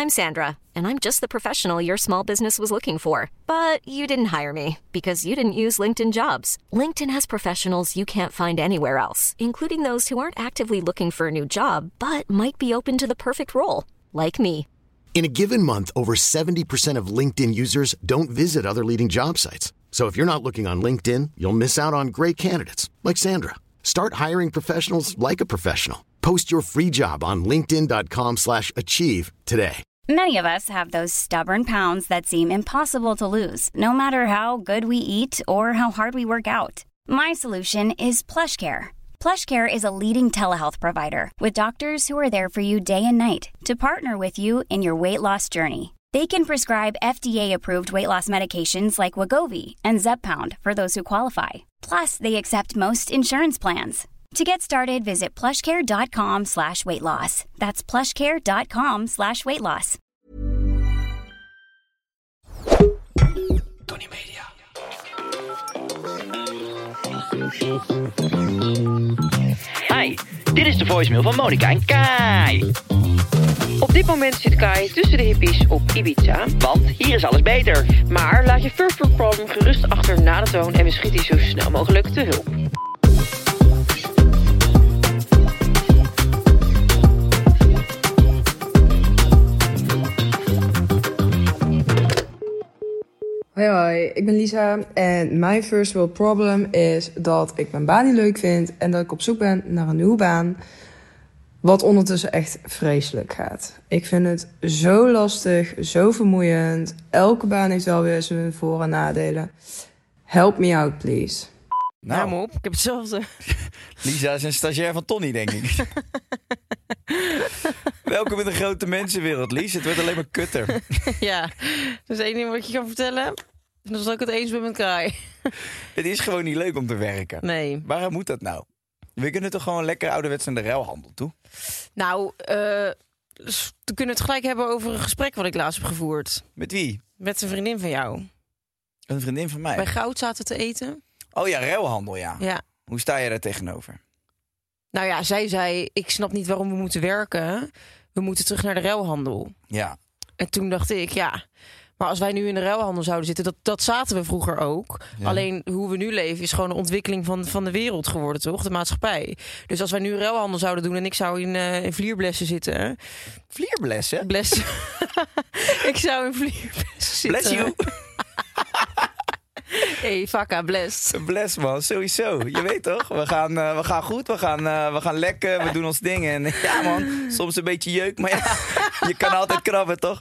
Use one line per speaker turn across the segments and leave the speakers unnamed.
I'm Sandra, and I'm just the professional your small business was looking for. But you didn't hire me because you didn't use LinkedIn Jobs. LinkedIn has professionals you can't find anywhere else, including those who aren't actively looking for a new job, but might be open to the perfect role, like me.
In a given month, over 70% of LinkedIn users don't visit other leading job sites. So if you're not looking on LinkedIn, you'll miss out on great candidates like Sandra. Start hiring professionals like a professional. Post your free job on linkedin.com/achieve today.
Many of us have those stubborn pounds that seem impossible to lose, no matter how good we eat or how hard we work out. My solution is PlushCare. PlushCare is a leading telehealth provider with doctors who are there for you day and night to partner with you in your weight loss journey. They can prescribe FDA-approved weight loss medications like Wegovy and Zepbound for those who qualify. Plus, they accept most insurance plans. To get started, visit plushcare.com/weightloss. That's plushcare.com/weightloss.
Tony Media.
Hi, dit is de voicemail van Monica en Kai.
Op dit moment zit Kai tussen de hippies op Ibiza.
Want hier is alles beter.
Maar laat je first world problem gerust achter na de toon en we schieten je zo snel mogelijk te hulp.
Hoi, ik ben Lisa en mijn first world problem is dat ik mijn baan niet leuk vind en dat ik op zoek ben naar een nieuwe baan, wat ondertussen echt vreselijk gaat. Ik vind het zo lastig, zo vermoeiend. Elke baan heeft wel weer zijn voor- en nadelen. Help me out, please.
Nou,
maar op, ik heb hetzelfde.
Lisa is een stagiair van Tony, denk ik. Welkom in de grote mensenwereld, Lies. Het wordt alleen maar kutter.
Ja, dat is één ding wat je kan vertellen. En dat is dat ik het eens ben met Kai.
Het is gewoon niet leuk om te werken.
Nee.
Waarom moet dat nou? We kunnen toch gewoon lekker ouderwets aan de ruilhandel toe?
Nou, dus we kunnen het gelijk hebben over een gesprek wat ik laatst heb gevoerd.
Met wie?
Met een vriendin van jou.
Een vriendin van mij?
Bij Goud zaten te eten.
Oh ja, ruilhandel, ja.
Ja.
Hoe sta je daar tegenover?
Nou ja, zij zei, ik snap niet waarom we moeten werken. We moeten terug naar de ruilhandel.
Ja.
En toen dacht ik, ja, maar als wij nu in de ruilhandel zouden zitten, dat zaten we vroeger ook.
Ja.
Alleen hoe we nu leven is gewoon een ontwikkeling van de wereld geworden, toch? De maatschappij. Dus als wij nu ruilhandel zouden doen en ik zou in vlierblessen zitten.
Vlierblessen?
Blessen. Ik zou in vlierblessen zitten.
Bless you.
Hey, vakka, bless.
Bless, man, sowieso. Je weet toch? We gaan goed, we gaan lekker, we doen ons ding. En ja, man, soms een beetje jeuk, maar ja, je kan altijd krabben, toch?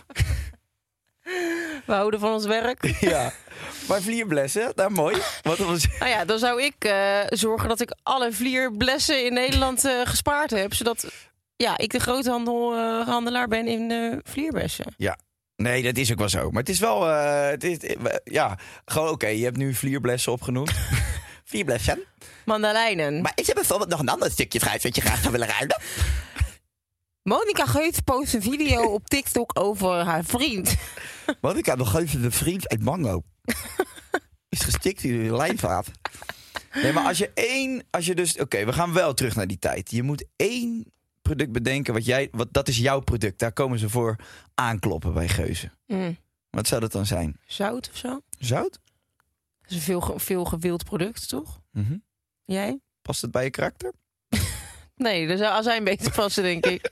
We houden van ons werk.
Ja, maar vlierblessen, dat mooi.
Nou ja, dan zou ik zorgen dat ik alle vlierblessen in Nederland gespaard heb. Zodat ik de grote handelaar ben in vlierblessen.
Ja. Nee, dat is ook wel zo. Maar het is wel... gewoon oké. Je hebt nu vlierblessen opgenoemd. Vlierblessen.
Mandarijnen.
Maar is er bijvoorbeeld nog een ander stukje fruit wat je graag zou willen ruilen?
Monica Geut post een video op TikTok over haar vriend.
Monica nog even de vriend uit Mango. Is gestikt in de lijnvaat. Nee, maar als je dus... Oké, we gaan wel terug naar die tijd. Je moet één product bedenken dat is jouw product. Daar komen ze voor aankloppen bij Geuze. Wat zou dat dan zijn?
Zout of zo?
Zout?
Dat is een veel gewild product, toch?
Mm-hmm.
Jij?
Past het bij je karakter?
Nee, daar zou azijn beter passen, denk ik.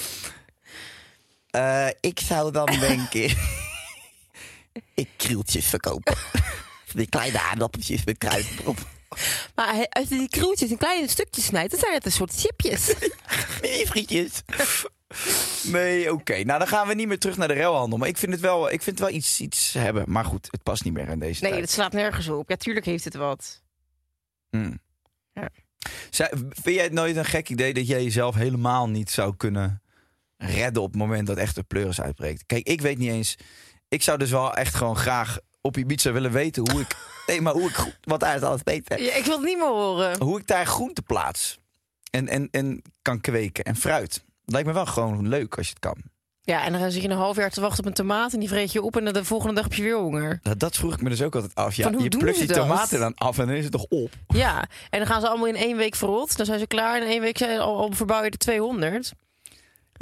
Ik zou dan denken... ik krieltjes verkopen. Die kleine aardappeltjes met kruid erop.
Maar als je die krieltjes in kleine stukjes snijdt, dan zijn het een soort chipjes.
Mini frietjes. Nee, oké. Nou, dan gaan we niet meer terug naar de ruilhandel. Maar ik vind het wel iets hebben. Maar goed, het past niet meer in deze tijd.
Nee, het slaat nergens op. Ja, tuurlijk heeft het wat.
Ja. Vind jij het nooit een gek idee dat jij jezelf helemaal niet zou kunnen redden op het moment dat echt de pleuris uitbreekt? Kijk, ik weet niet eens... Ik zou dus wel echt gewoon graag op Ibiza willen weten hoe ik... wat daar is alles beter.
Ja, ik wil het niet meer horen.
Hoe ik daar groente plaats. En kan kweken. En fruit. Lijkt me wel gewoon leuk als je het kan.
Ja, en dan zit je een half jaar te wachten op een tomaat en die vreet je op en de volgende dag heb je weer honger.
Dat vroeg ik me dus ook altijd af. Ja,
je
plukt die tomaten dan af en dan is het toch op.
Ja, en dan gaan ze allemaal in 1 week verrot. Dan zijn ze klaar en in 1 week verbouw je er 200.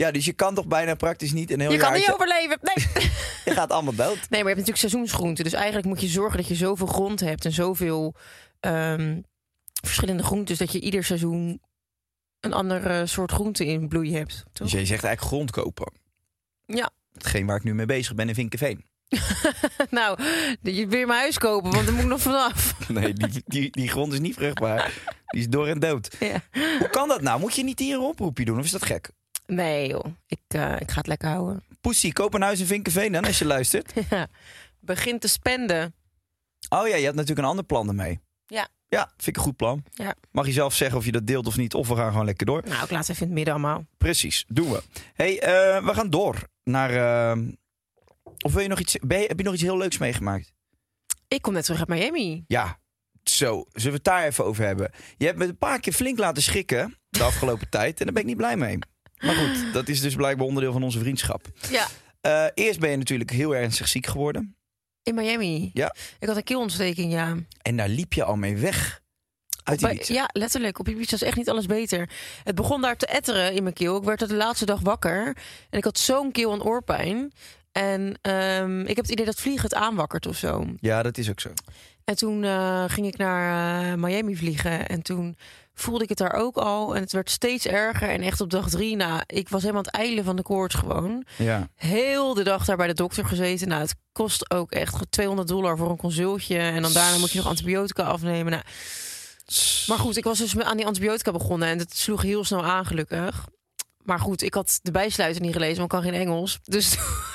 Ja, dus je kan toch bijna praktisch niet een heel
Je
jaar...
kan niet overleven. Nee.
Je gaat allemaal dood.
Nee, maar je hebt natuurlijk seizoensgroenten. Dus eigenlijk moet je zorgen dat je zoveel grond hebt en zoveel verschillende groentes, dat je ieder seizoen een andere soort groente in bloei hebt. Toch?
Dus je zegt eigenlijk grond kopen.
Ja.
Hetgeen waar ik nu mee bezig ben in Vinkeveen.
Nou, je wil mijn huis kopen, want er moet ik nog vanaf.
Nee, die grond is niet vruchtbaar. Die is door en dood.
Ja.
Hoe kan dat nou? Moet je niet hier een oproepje doen of is dat gek?
Nee joh, ik ga het lekker houden.
Poesie, koop een huis in Vinkeveen dan als je luistert.
Ja. Begin te spenden.
Oh ja, je had natuurlijk een ander plan ermee.
Ja.
Ja, vind ik een goed plan.
Ja.
Mag je zelf zeggen of je dat deelt of niet, of we gaan gewoon lekker door.
Nou, ik laat het even in het midden allemaal.
Precies, doen we. Hey, we gaan door naar... Of wil je nog iets... Heb je nog iets heel leuks meegemaakt?
Ik kom net terug uit Miami.
Ja, zo. Zullen we het daar even over hebben? Je hebt me een paar keer flink laten schrikken de afgelopen tijd. En daar ben ik niet blij mee. Maar goed, dat is dus blijkbaar onderdeel van onze vriendschap.
Ja.
Eerst ben je natuurlijk heel ernstig ziek geworden.
In Miami?
Ja.
Ik had een keelontsteking, ja.
En daar liep je al mee weg. Uit Ibiza.
Ja, letterlijk. Op Ibiza is echt niet alles beter. Het begon daar te etteren in mijn keel. Ik werd er de laatste dag wakker. En ik had zo'n keel- en oorpijn. En ik heb het idee dat vliegen het aanwakkert of zo.
Ja, dat is ook zo.
En toen ging ik naar Miami vliegen. En toen voelde ik het daar ook al. En het werd steeds erger. En echt op dag 3, ik was helemaal aan het eilen van de koorts gewoon.
Ja.
Heel de dag daar bij de dokter gezeten. Nou, het kost ook echt $200 voor een consultje. En dan daarna moet je nog antibiotica afnemen. Nou, maar goed, ik was dus aan die antibiotica begonnen. En het sloeg heel snel aan, gelukkig. Maar goed, ik had de bijsluiter niet gelezen, want ik kan geen Engels. Dus...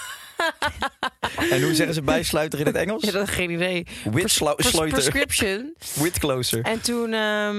En hoe zeggen ze bijsluiter in het Engels?
Ja, dat is geen idee. Prescription.
With closer.
En toen,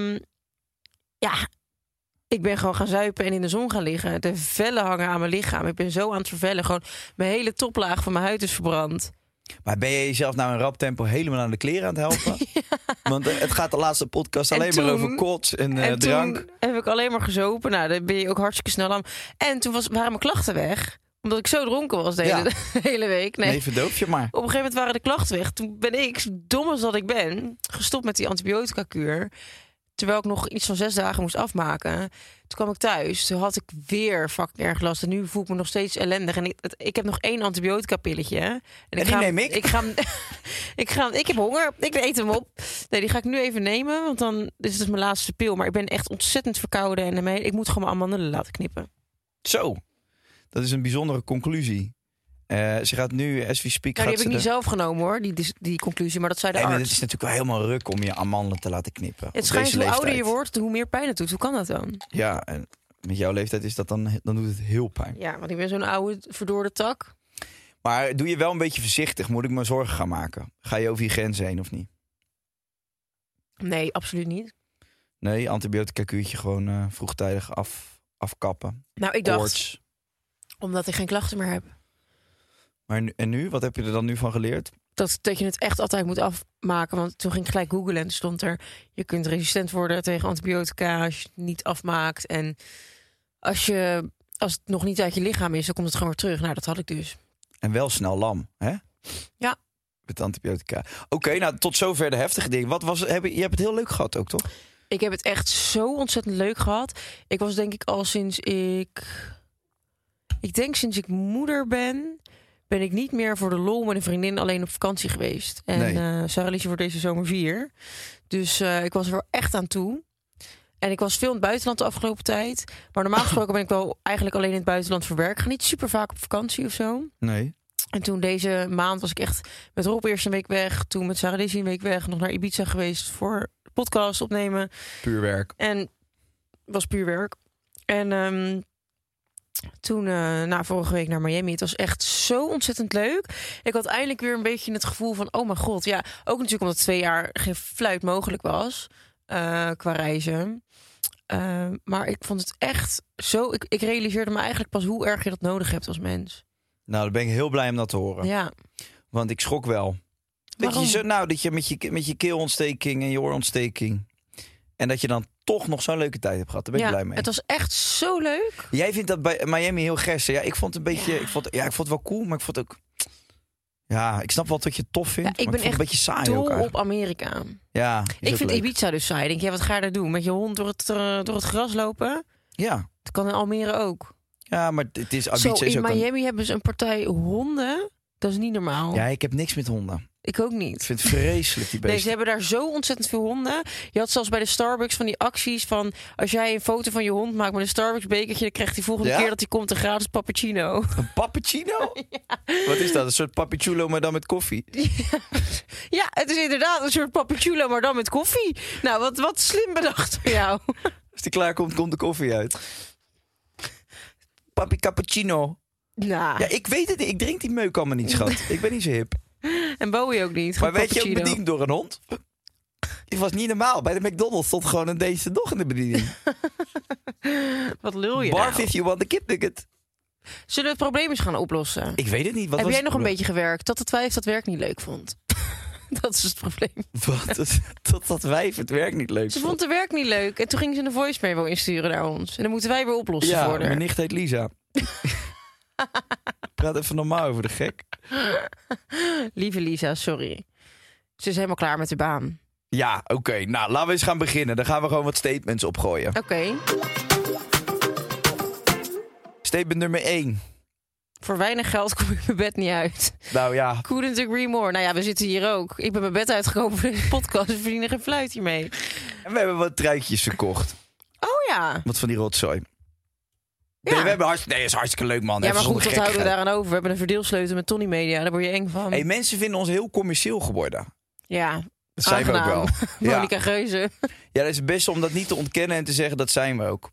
ik ben gewoon gaan zuipen en in de zon gaan liggen. De vellen hangen aan mijn lichaam. Ik ben zo aan het vervellen. Gewoon mijn hele toplaag van mijn huid is verbrand.
Maar ben je jezelf nou in rap tempo helemaal aan de kleren aan het helpen? Ja. Want het gaat de laatste podcast alleen maar over kots en drank.
Toen heb ik alleen maar gezopen. Nou, daar ben je ook hartstikke snel aan. En toen waren mijn klachten weg. Omdat ik zo dronken was de hele week. Nee,
verdoof je maar.
Op een gegeven moment waren de klachten weg. Toen ben ik, dom als dat ik ben, gestopt met die antibiotica-kuur. Terwijl ik nog iets van 6 dagen moest afmaken. Toen kwam ik thuis. Toen had ik weer fucking erg last. En nu voel ik me nog steeds ellendig. En ik heb nog 1 antibiotica-pilletje. En
die neem ik.
Ik heb honger. Ik eet hem op. Nee, die ga ik nu even nemen. Want dan is het mijn laatste pil. Maar ik ben echt ontzettend verkouden. En ik moet gewoon mijn amandelen laten knippen.
Zo. Dat is een bijzondere conclusie. Ze gaat nu, as we speak...
Nou, die heb ik niet zelf genomen hoor, die conclusie. Maar dat zei de arts.
Het is natuurlijk wel helemaal ruk om je amandelen te laten knippen.
Het schijnt hoe ouder je wordt, hoe meer pijn het doet. Hoe kan dat dan?
Ja, en met jouw leeftijd is dat dan doet het heel pijn.
Ja, want ik ben zo'n oude verdorde tak.
Maar doe je wel een beetje voorzichtig? Moet ik me zorgen gaan maken? Ga je over je grenzen heen of niet?
Nee, absoluut niet.
Nee, antibiotica-kuurtje gewoon vroegtijdig afkappen.
Nou, ik dacht, omdat ik geen klachten meer heb.
Maar en nu? Wat heb je er dan nu van geleerd?
Dat je het echt altijd moet afmaken. Want toen ging ik gelijk googlen en stond er... je kunt resistent worden tegen antibiotica als je het niet afmaakt. En als het nog niet uit je lichaam is, dan komt het gewoon weer terug. Nou, dat had ik dus.
En wel snel lam, hè?
Ja.
Met antibiotica. Oké, nou, tot zover de heftige dingen. Je hebt het heel leuk gehad ook, toch?
Ik heb het echt zo ontzettend leuk gehad. Ik was denk ik al sinds sinds ik moeder ben ik niet meer voor de lol met een vriendin alleen op vakantie geweest. En Sarah Liesje voor deze zomer 4. Dus ik was er wel echt aan toe. En ik was veel in het buitenland de afgelopen tijd. Maar normaal gesproken ben ik wel eigenlijk alleen in het buitenland voor werk. Ik ga niet super vaak op vakantie of zo.
Nee.
En toen deze maand was ik echt met Rob eerst een week weg. Toen met Sarah Liesje een week weg. Nog naar Ibiza geweest voor podcast opnemen.
Puur werk.
En was puur werk. En toen, vorige week naar Miami. Het was echt zo ontzettend leuk. Ik had eindelijk weer een beetje het gevoel van... oh mijn god, ja. Ook natuurlijk omdat 2 jaar geen fluit mogelijk was. Qua reizen. Maar ik vond het echt zo... Ik realiseerde me eigenlijk pas hoe erg je dat nodig hebt als mens.
Nou, dan ben ik heel blij om dat te horen.
Ja.
Want ik schrok wel. Dat je met je keelontsteking en je oorontsteking... en dat je dan toch nog zo'n leuke tijd hebt gehad. Daar ben ik blij mee.
Het was echt zo leuk.
Jij vindt dat bij Miami heel gersen. Ja, ik vond het een beetje... Ja. Ik vond het wel cool, maar ik vond ook... Ja, ik snap wel dat je het tof vindt.
Ja, ik ben echt
een beetje saai
dol
ook
op Amerika.
Ja,
ik vind Ibiza dus saai. Denk je, wat ga je daar doen? Met je hond door het gras lopen?
Ja.
Dat kan in Almere ook.
Ja, maar het is...
Zo,
Ibiza is
in
ook
Miami hebben ze een partij honden. Dat is niet normaal.
Ja, ik heb niks met honden.
Ik ook
Ik
niet.
vind het vreselijk, die
Nee,
beesten.
ze hebben daar zo ontzettend veel honden. Je had zelfs bij de Starbucks van die acties van... als jij een foto van je hond maakt met een Starbucks bekertje... dan krijgt hij volgende
Ja?
keer dat hij komt een gratis cappuccino.
Een pappuccino? Wat is dat? Een soort pappuccino, maar dan met koffie?
Ja, het is inderdaad een soort pappuccino, maar dan met koffie. Nou, wat slim bedacht van jou.
Als die klaar komt, komt de koffie uit. Papi cappuccino.
Nou,
Ja, ik weet het niet. Ik drink die meuk allemaal niet, schat. Ik ben niet zo hip.
en Bowie ook niet.
Maar
Gewoon
werd je ook
cappuccino.
bediend door een hond? Het was niet normaal. Bij de McDonald's stond gewoon een deze nog in de bediening.
Wat lul je
Barf
nou?
if you want the kid nugget.
Zullen we het probleem eens gaan oplossen?
Ik weet het niet. Wat
Heb
was
jij nog een
het
beetje gewerkt tot wijf dat werk niet leuk vond? Dat is het probleem.
Tot dat wijf het werk niet leuk
Ze vond het werk niet leuk en toen ging ze een voice memo insturen naar ons. En dan moeten wij weer oplossen
Ja,
voor haar.
mijn nicht heet Lisa. Praat even normaal over de gek.
Lieve Lisa, sorry. Ze is helemaal klaar met de baan.
Ja, oké. Nou, laten we eens gaan beginnen. Dan gaan we gewoon wat statements opgooien.
Oké.
Statement nummer 1.
Voor weinig geld kom ik mijn bed niet uit.
Nou ja,
Couldn't agree more. Nou ja, we zitten hier ook. Ik ben mijn bed uitgekomen voor deze podcast. We verdienen geen fluit hiermee.
en we hebben wat truitjes gekocht.
Oh ja.
Wat van die rotzooi.
Ja.
Nee, we hebben nee, dat is hartstikke leuk, man.
Ja,
Even
maar goed,
zonder
wat houden we
gekkigheid.
daaraan over? We hebben een verdeelsleutel met Tony Media. Daar word je eng van.
Hey, mensen vinden ons heel commercieel geworden.
Ja,
Dat zijn we ook
aangenaam.
wel. Ja.
Monica Geuze.
Ja, dat is het beste om dat niet te ontkennen en te zeggen dat zijn we ook.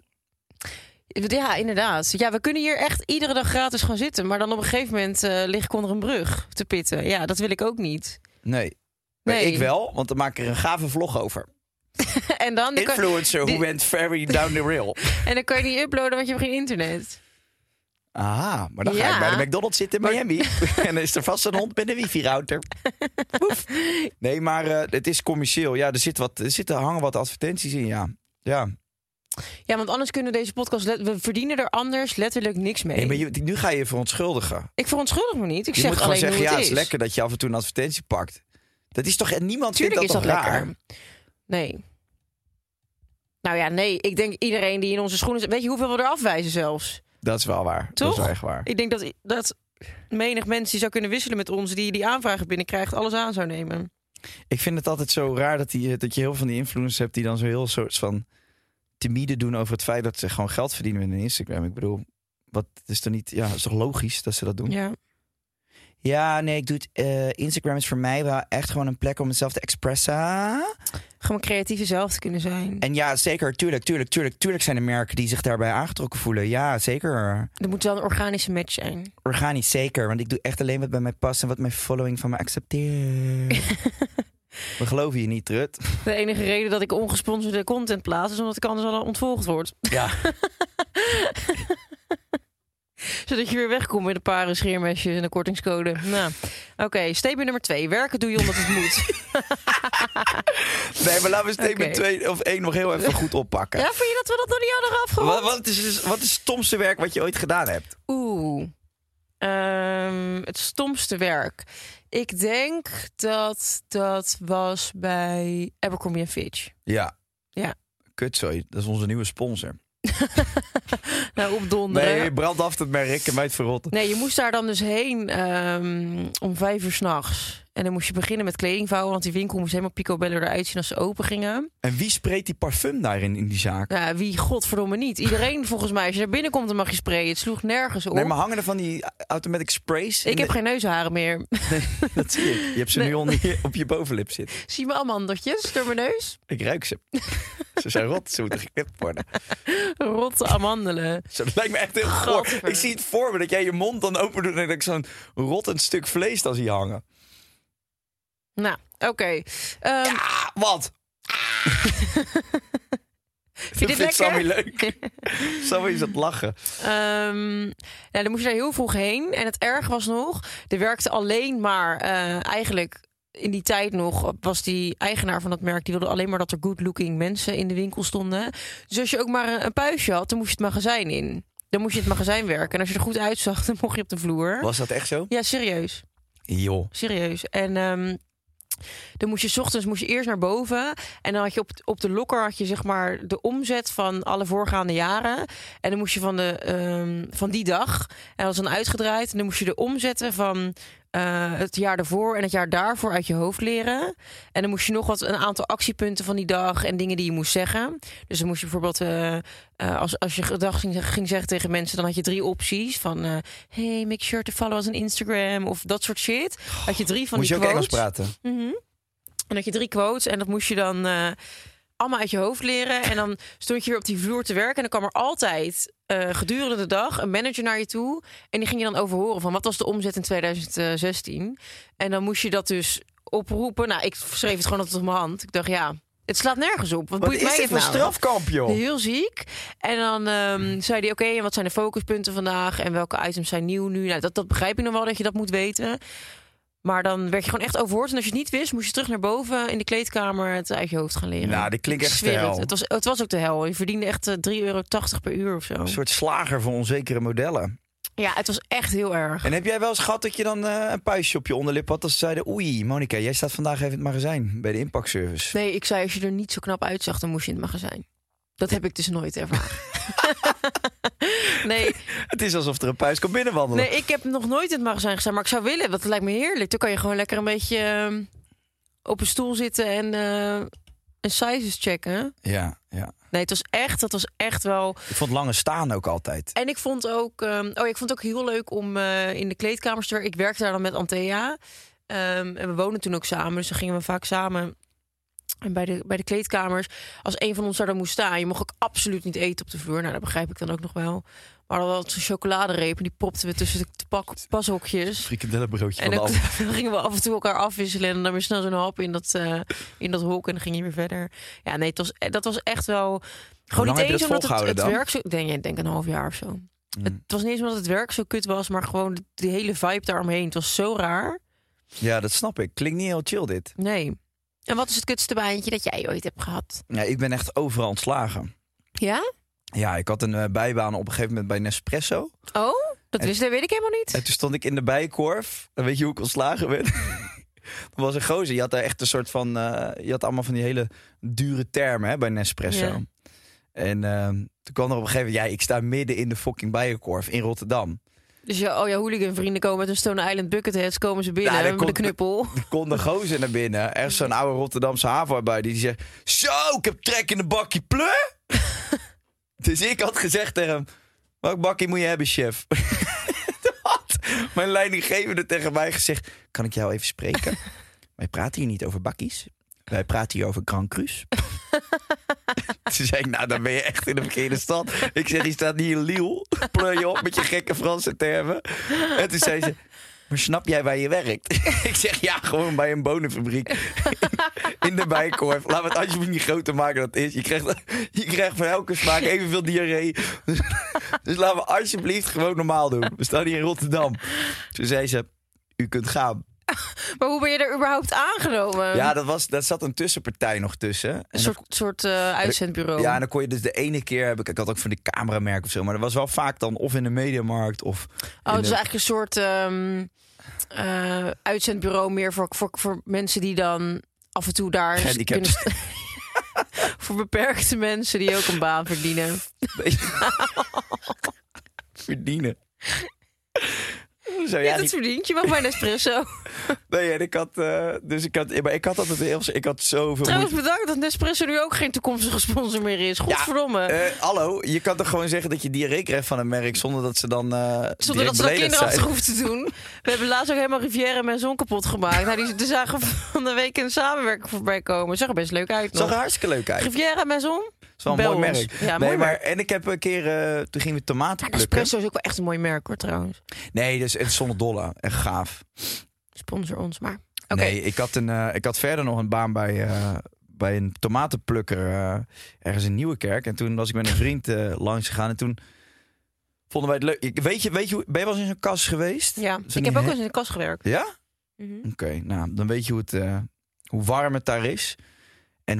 Ja, inderdaad. Ja, we kunnen hier echt iedere dag gratis gaan zitten. Maar dan op een gegeven moment lig ik onder een brug te pitten. Ja, dat wil ik ook niet.
Nee. Maar
Nee.
ik wel, want dan maak ik er een gave vlog over.
En dan kan,
Influencer
die-
who went very down the rail.
en dan kan je niet uploaden, want je hebt geen internet.
Aha, maar dan ga
Ja.
ik bij de McDonald's zitten in Miami. en dan is er vast een hond met een wifi-router. Woef. Nee, maar het is commercieel. Ja, er hangen wat advertenties in, ja. Ja.
Ja, want anders kunnen deze podcast... We verdienen er anders letterlijk niks mee.
Nee, maar nu ga je je verontschuldigen.
Ik verontschuldig me niet. Ik
Je
zeg
moet gewoon
alleen
zeggen,
hoe
ja,
het
het is lekker dat je af en toe een advertentie pakt. Dat is toch... En niemand
Tuurlijk
vindt
is
dat
dat
toch raar?
lekker. Nee. Nou ja, nee. Ik denk iedereen die in onze schoenen zit... Weet je hoeveel we er afwijzen zelfs?
Dat is wel waar. Dat
Toch?
is wel echt waar.
Ik denk dat menig mens die zou kunnen wisselen met ons... die aanvragen binnenkrijgt, alles aan zou nemen.
Ik vind het altijd zo raar dat je heel veel van die influencers hebt... die dan zo heel soort van timide doen over het feit dat ze gewoon geld verdienen met hun Instagram. Ik bedoel, wat is toch niet... Ja, het is toch logisch dat ze dat doen?
Ja.
Ja, nee, ik doe het... Instagram is voor mij wel echt gewoon een plek om mezelf te expressen.
Gewoon creatief zelf te kunnen zijn.
En ja, zeker, tuurlijk zijn er merken die zich daarbij aangetrokken voelen. Ja, zeker.
Er moet wel een organische match zijn.
Organisch, zeker. Want ik doe echt alleen wat bij mij past en wat mijn following van me accepteert. We geloven je niet, Trut.
De enige reden dat ik ongesponsorde content plaats... is omdat ik anders al ontvolgd word.
Ja.
Zodat je weer wegkomt met een paar scheermesjes en een kortingscode. Nou, oké, statement nummer 2. Werken doe je omdat het moet.
Nee, maar laten we statement
Oké.
2 of 1 nog heel even goed oppakken.
Ja, vind je dat we dat nog niet hadden afgerond?
Wat is het stomste werk wat je ooit gedaan hebt?
Oeh. Het stomste werk. Ik denk dat was bij Abercrombie & Fitch.
Ja.
Ja.
Kutzooi, dat is onze nieuwe sponsor.
Nou, opdonderen.
Nee, brand af het merk en mij het verrotten.
Nee, je moest daar dan dus heen om 5 uur 's nachts. En dan moest je beginnen met kleding vouwen, want die winkel moest helemaal picobello eruit zien als ze open gingen.
En wie spreekt die parfum daarin in die zaak?
Ja, wie godverdomme niet. Iedereen volgens mij, als je daar binnenkomt, dan mag je sprayen. Het sloeg nergens op.
Nee, maar hangen er van die automatic sprays?
Ik heb geen neusharen meer.
Dat zie ik. Je hebt ze
Nee.
nu al op je bovenlip zitten.
Zie je mijn amandeltjes door mijn neus?
Ik ruik ze. Ze zijn rot, ze moeten geknipt worden.
Rotte amandelen.
Zo, dat lijkt me echt heel goor.
Gadver.
Ik zie het voor me dat jij je mond dan open doet... en dat ik zo'n rottend stuk vlees dan zie hangen.
Nou, oké.
Ja, wat?
Vind je dit
vindt
lekker?
Sammy leuk. Sammy is aan het lachen.
Ja, dan moest je daar heel vroeg heen. En het erg was nog, er werkte alleen maar eigenlijk... In die tijd nog was die eigenaar van dat merk... die wilde alleen maar dat er good-looking mensen in de winkel stonden. Dus als je ook maar een puistje had, dan moest je het magazijn in. Dan moest je het magazijn werken. En als je er goed uitzag, dan mocht je op de vloer.
Was dat echt zo?
Ja, serieus.
Joh.
Serieus. En Dan moest je 's ochtends eerst naar boven. En dan had je op de lokker had je zeg maar de omzet van alle voorgaande jaren. En dan moest je van die dag. En dat was dan uitgedraaid. En dan moest je de omzetten van het jaar daarvoor en het jaar daarvoor uit je hoofd leren. En dan moest je nog een aantal actiepunten van die dag en dingen die je moest zeggen. Dus dan moest je bijvoorbeeld als je gedag ging zeggen tegen mensen, dan had je 3 opties van hey, make sure to follow us on Instagram of dat soort shit. Had je 3 van
Moest
die
je ook
quotes.
Engels praten?
En had je 3 quotes en dat moest je dan allemaal uit je hoofd leren. En dan stond je weer op die vloer te werken. En dan kwam er altijd gedurende de dag een manager naar je toe. En die ging je dan overhoren van wat was de omzet in 2016. En dan moest je dat dus oproepen. Nou, ik schreef het gewoon altijd op mijn hand. Ik dacht, ja, het slaat nergens op. Wat boeit
is
mij
dit voor
nou?
strafkamp, joh?
Heel ziek. En dan zei hij, oké, en wat zijn de focuspunten vandaag? En welke items zijn nieuw nu? Nou, dat begrijp ik nog wel dat je dat moet weten. Maar dan werd je gewoon echt overhoord. En als je het niet wist, moest je terug naar boven in de kleedkamer het uit je hoofd gaan leren.
Nou, dit klinkt
Ik
echt
zweer
de hel.
Het was ook de hel. Je verdiende echt €3,80 per uur of zo.
Een soort slager van onzekere modellen.
Ja, het was echt heel erg.
En heb jij wel eens gehad dat je dan een puistje op je onderlip had als ze zeiden, oei, Monica, jij staat vandaag even in het magazijn bij de inpakservice.
Nee, ik zei, als je er niet zo knap uitzag, dan moest je in het magazijn. Dat heb ik dus nooit ervaren. Nee.
Het is alsof er een puis komt binnenwandelen.
Nee, ik heb nog nooit in het magazijn gestaan, maar ik zou willen. Dat lijkt me heerlijk. Dan kan je gewoon lekker een beetje op een stoel zitten en sizes checken.
Ja.
Nee, dat was echt wel.
Ik vond lange staan ook altijd.
En ik vond ook, ik vond het ook heel leuk om in de kleedkamers te werken. Ik werkte daar dan met Antea. En we woonden toen ook samen, dus dan gingen we vaak samen. En bij de kleedkamers, als een van ons daar dan moest staan, je mocht ook absoluut niet eten op de vloer. Nou, dat begrijp ik dan ook nog wel. Maar dan had zo'n chocoladereep en die popten we tussen de pashokjes.
Frikandellenbroodje
En
van
dan,
de Alp.
dan gingen we af en toe elkaar afwisselen en dan weer snel zo'n hap in dat hok en dan ging je weer verder. Ja, nee, dat was echt wel. Gewoon
lang
niet
heb je
eens
dat
omdat het
volgehouden dan?
werk zo. Denk een half jaar of zo. Het was niet eens omdat het werk zo kut was, maar gewoon de hele vibe daaromheen. Het was zo raar.
Ja, dat snap ik. Klinkt niet heel chill dit.
Nee. En wat is het kutste baantje dat jij ooit hebt gehad?
Ja, ik ben echt overal ontslagen.
Ja?
Ja, ik had een bijbaan op een gegeven moment bij Nespresso.
Oh, dat weet ik helemaal niet.
En toen stond ik in de Bijenkorf. En weet je hoe ik ontslagen ben? Er was een gozer, je had daar echt een soort van. Je had allemaal van die hele dure termen hè, bij Nespresso.
Ja.
En toen kwam er op een gegeven moment. Ja, ik sta midden in de fucking Bijenkorf in Rotterdam.
Dus hooligan vrienden komen met een Stone Island bucketheads, komen ze binnen
Nou,
met een knuppel.
Er kon de gozer naar binnen. Er is zo'n oude Rotterdamse havenarbeider die zegt: zo, ik heb trek in een bakje pleur. Dus ik had gezegd tegen hem: welk bakje moet je hebben, chef? Toen had mijn leidinggevende tegen mij gezegd: kan ik jou even spreken? Wij praten hier niet over bakkies. Wij praten hier over Grand Cru's. Toen zei ik, nou, dan ben je echt in de verkeerde stad. Ik zeg, die staat hier in Lille. Pleur je op met je gekke Franse termen. En toen zei ze, maar snap jij waar je werkt? Ik zeg, ja, gewoon bij een bonenfabriek. In de Bijenkorf. Laat het alsjeblieft niet groter maken dan het is. Je krijgt van elke smaak evenveel diarree. Dus laten we alsjeblieft gewoon normaal doen. We staan hier in Rotterdam. Toen zei ze, u kunt gaan.
Maar hoe ben je er überhaupt aangenomen?
Ja, dat zat een tussenpartij nog tussen.
Een soort uitzendbureau.
Ja, en dan kon je dus de ene keer ik had ook van die cameramerk of zo, maar dat was wel vaak dan of in de Mediamarkt of.
Het is eigenlijk een soort uitzendbureau meer voor mensen die dan af en toe daar
Gehandicapt.
voor beperkte mensen die ook een baan verdienen.
Verdienen. Zo,
Ja, dat verdient. Je mag bij Nespresso.
Nee, en ik had altijd ik had zoveel
Trouwens,
moeite.
bedankt dat Nespresso nu ook geen toekomstige sponsor meer is. Godverdomme.
Hallo, je kan toch gewoon zeggen dat je diarree krijgt van een merk zonder dat ze dan
Zonder dat ze dat kinderachtig hoeven te doen. We hebben laatst ook helemaal Rivière Maison kapot gemaakt. Nou, die zagen van de week een samenwerking voorbij komen. Zag er best leuk uit nog.
Zag er hartstikke leuk uit.
Rivière Maison?
Dat is wel een
Bel
mooi
ons.
merk.
Ja,
nee,
mooi
maar
merk.
en ik heb een keer toen gingen we tomaten plukken.
Nespresso is ook wel echt een mooi merk hoor trouwens.
Nee, dus het is zonder dolle. Echt gaaf.
Sponsor ons maar. Oké.
Nee, ik had verder nog een baan bij een tomatenplukker ergens in Nieuwekerk. En toen was ik met een vriend langs gegaan. En toen vonden wij het leuk. Weet je, ben je wel eens in zo'n kas geweest?
Ja,
Zo
ik
niet
heb ook
he-
eens in de kast gewerkt.
Ja?
Mhm.
Oké, nou, dan weet je hoe warm het daar is. En hoe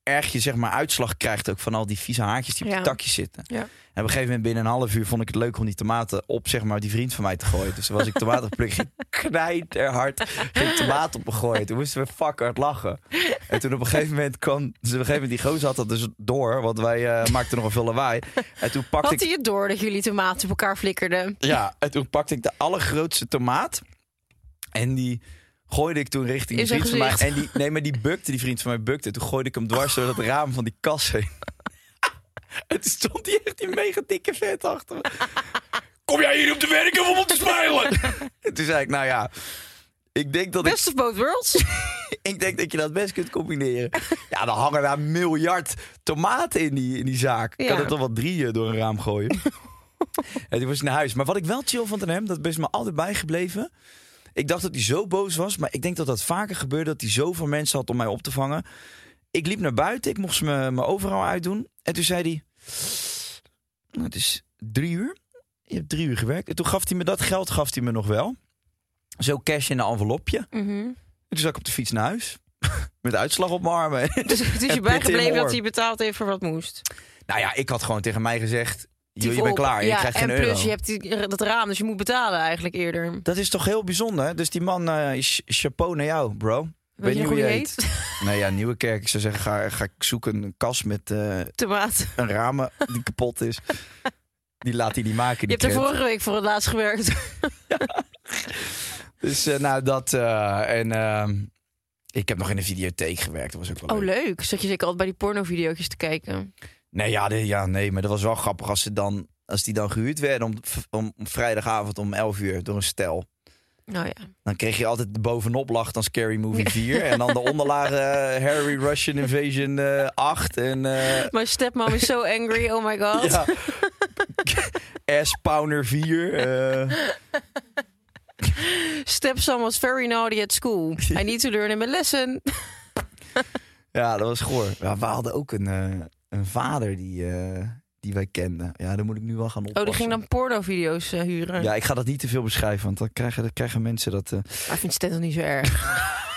erg je zeg maar uitslag krijgt ook van al die vieze haartjes die op de takjes zitten.
Ja.
En op een gegeven moment binnen een half uur vond ik het leuk om die tomaten op zeg maar die vriend van mij te gooien. Dus toen was ik tomaten geplukt, ging knijterhard, ging tomaten op me gooien. Toen moesten we fucking hard lachen. En toen op een gegeven moment die gozer had dat dus door, want wij maakten nog veel lawaai. En toen pakte
Had hij het door dat jullie tomaten op elkaar flikkerden?
Ja, en toen pakte ik de allergrootste tomaat en die gooide ik toen richting die vriend van mij. En die bukte, die vriend van mij bukte. Toen gooide ik hem dwars door het raam van die kas heen. En toen stond hij echt die mega dikke vet achter me. Kom jij hier om te werken of om te spelen? En toen zei ik, nou ja, ik denk dat
Best of both worlds.
ik denk dat je dat best kunt combineren. Ja, dan hangen daar 1 miljard tomaten in die zaak. Ik kan er toch wel 3 door een raam gooien. En toen was hij naar huis. Maar wat ik wel chill vond aan hem, dat is me altijd bijgebleven. Ik dacht dat hij zo boos was, maar ik denk dat dat vaker gebeurde, dat hij zoveel mensen had om mij op te vangen. Ik liep naar buiten, ik mocht me overal uitdoen. En toen zei hij, nou, het is 3 uur. Je hebt 3 uur gewerkt. En toen gaf hij me dat geld, nog wel. Zo cash in een envelopje.
Mm-hmm.
En toen zat ik op de fiets naar huis. Met uitslag op mijn armen.
Dus het is je bijgebleven dat hij betaald heeft voor wat moest?
Nou ja, ik had gewoon tegen mij gezegd, je bent klaar, je krijgt geen euro.
En plus, je hebt dat raam, dus je moet betalen eigenlijk eerder.
Dat is toch heel bijzonder. Dus die man, chapeau naar jou, bro.
Weet je nog hoe die heet?
Nee, ja, Nieuwekerk. Ik zou zeggen, ga ik zoeken een kas met
tomaat.
Een ramen die kapot is. Die laat hij niet maken.
Je hebt er vorige week voor het laatst gewerkt.
Ja. Dus ik heb nog in de videotheek gewerkt. Dat was ook wel leuk.
Oh, leuk. Zat je zeker altijd bij die pornovideootjes te kijken?
Nee, maar dat was wel grappig als die dan gehuurd werden om vrijdagavond om 11 uur door een stel.
Nou ja.
Dan kreeg je altijd de bovenop lag dan Scary Movie 4. En dan de onderlagen Harry Russian Invasion 8. En,
My stepmom is so angry, oh my god.
Ja. Ass Pounder 4.
Stepson was very naughty at school. I need to learn him a lesson.
Ja, dat was goor. Ja, we hadden ook een vader die wij kenden. Ja, daar moet ik nu wel gaan oppassen.
Oh, die ging dan pornovideo's huren?
Ja, ik ga dat niet te veel beschrijven, want dan krijgen mensen dat...
Maar ik vind Stan toch niet zo erg?